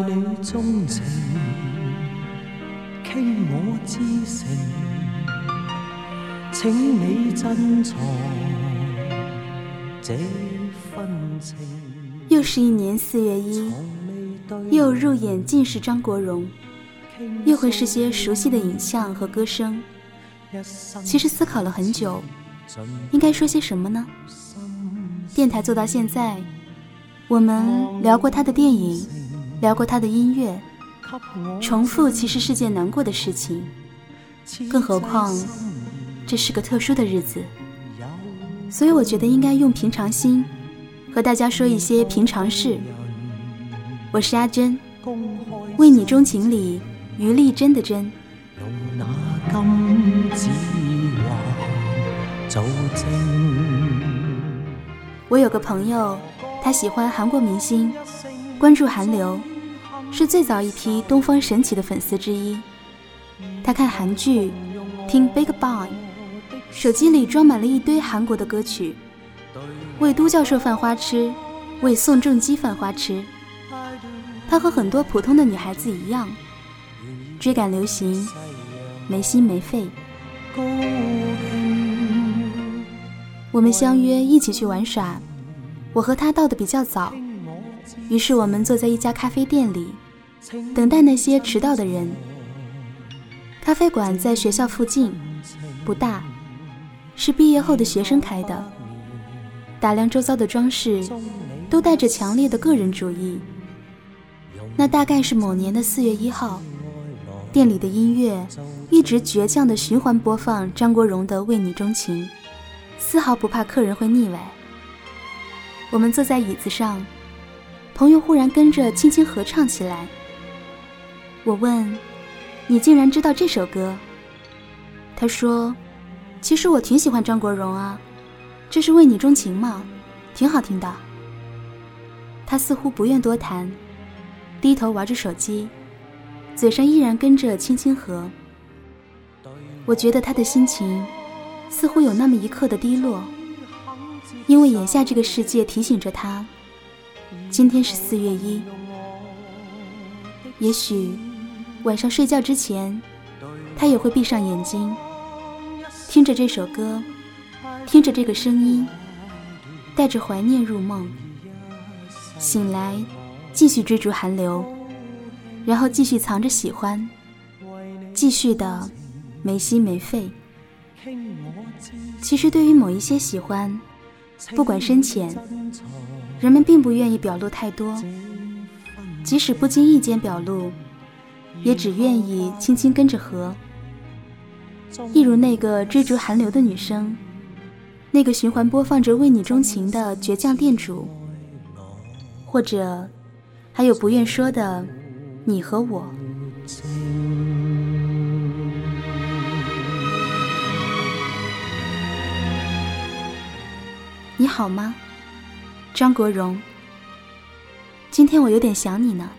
你钟情，倾我至诚，请你珍藏这份情。 又是一年4月1，又入眼尽是张国荣，又会是些熟悉的影像和歌声。其实思考了很久，应该说些什么呢？电台做到现在，我们聊过他的电影，聊过他的音乐，重复其实是件难过的事情，更何况这是个特殊的日子，所以我觉得应该用平常心和大家说一些平常事。我是阿珍，为你钟情里余丽珍的珍。 用那金指环做证。 我有个朋友，他喜欢韩国明星，关注韩流，是最早一批东方神起的粉丝之一。他看韩剧，听 Big Bang， 手机里装满了一堆韩国的歌曲，喂都教授犯花痴，喂宋仲基犯花痴。他和很多普通的女孩子一样，追赶流行，没心没肺。我们相约一起去玩耍，我和他到得比较早，于是我们坐在一家咖啡店里，等待那些迟到的人。咖啡馆在学校附近，不大，是毕业后的学生开的。打量周遭的装饰，都带着强烈的个人主义。那大概是某年的4月1号，店里的音乐一直倔强地循环播放张国荣的《为你钟情》，丝毫不怕客人会腻歪。我们坐在椅子上，朋友忽然跟着轻轻合唱起来。我问，你竟然知道这首歌？他说，其实我挺喜欢张国荣啊，这是《为你钟情》嘛，挺好听的。他似乎不愿多谈，低头玩着手机，嘴上依然跟着轻轻和。我觉得他的心情似乎有那么一刻的低落，因为眼下这个世界提醒着他，今天是4月1。也许晚上睡觉之前，他也会闭上眼睛，听着这首歌，听着这个声音，带着怀念入梦，醒来继续追逐韩流，然后继续藏着喜欢，继续的没心没肺。其实对于某一些喜欢，不管深浅，人们并不愿意表露太多，即使不经意间表露，也只愿意轻轻跟着和。一如那个追逐韩流的女生，那个循环播放着《为你钟情》的倔强店主，或者还有不愿说的你和我。你好吗，张国荣？今天我有点想你呢。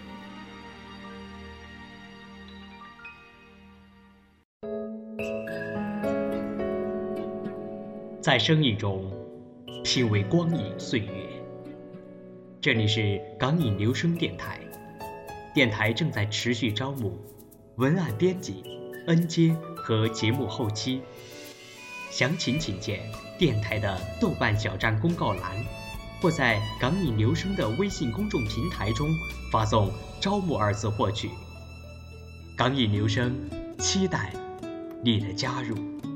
在声音中品味光影岁月。这里是港影留声电台，电台正在持续招募文案编辑、恩接和节目后期，详情请见电台的豆瓣小站公告栏，或在港影留声的微信公众平台中发送招募2字获取。港影留声期待你的加入。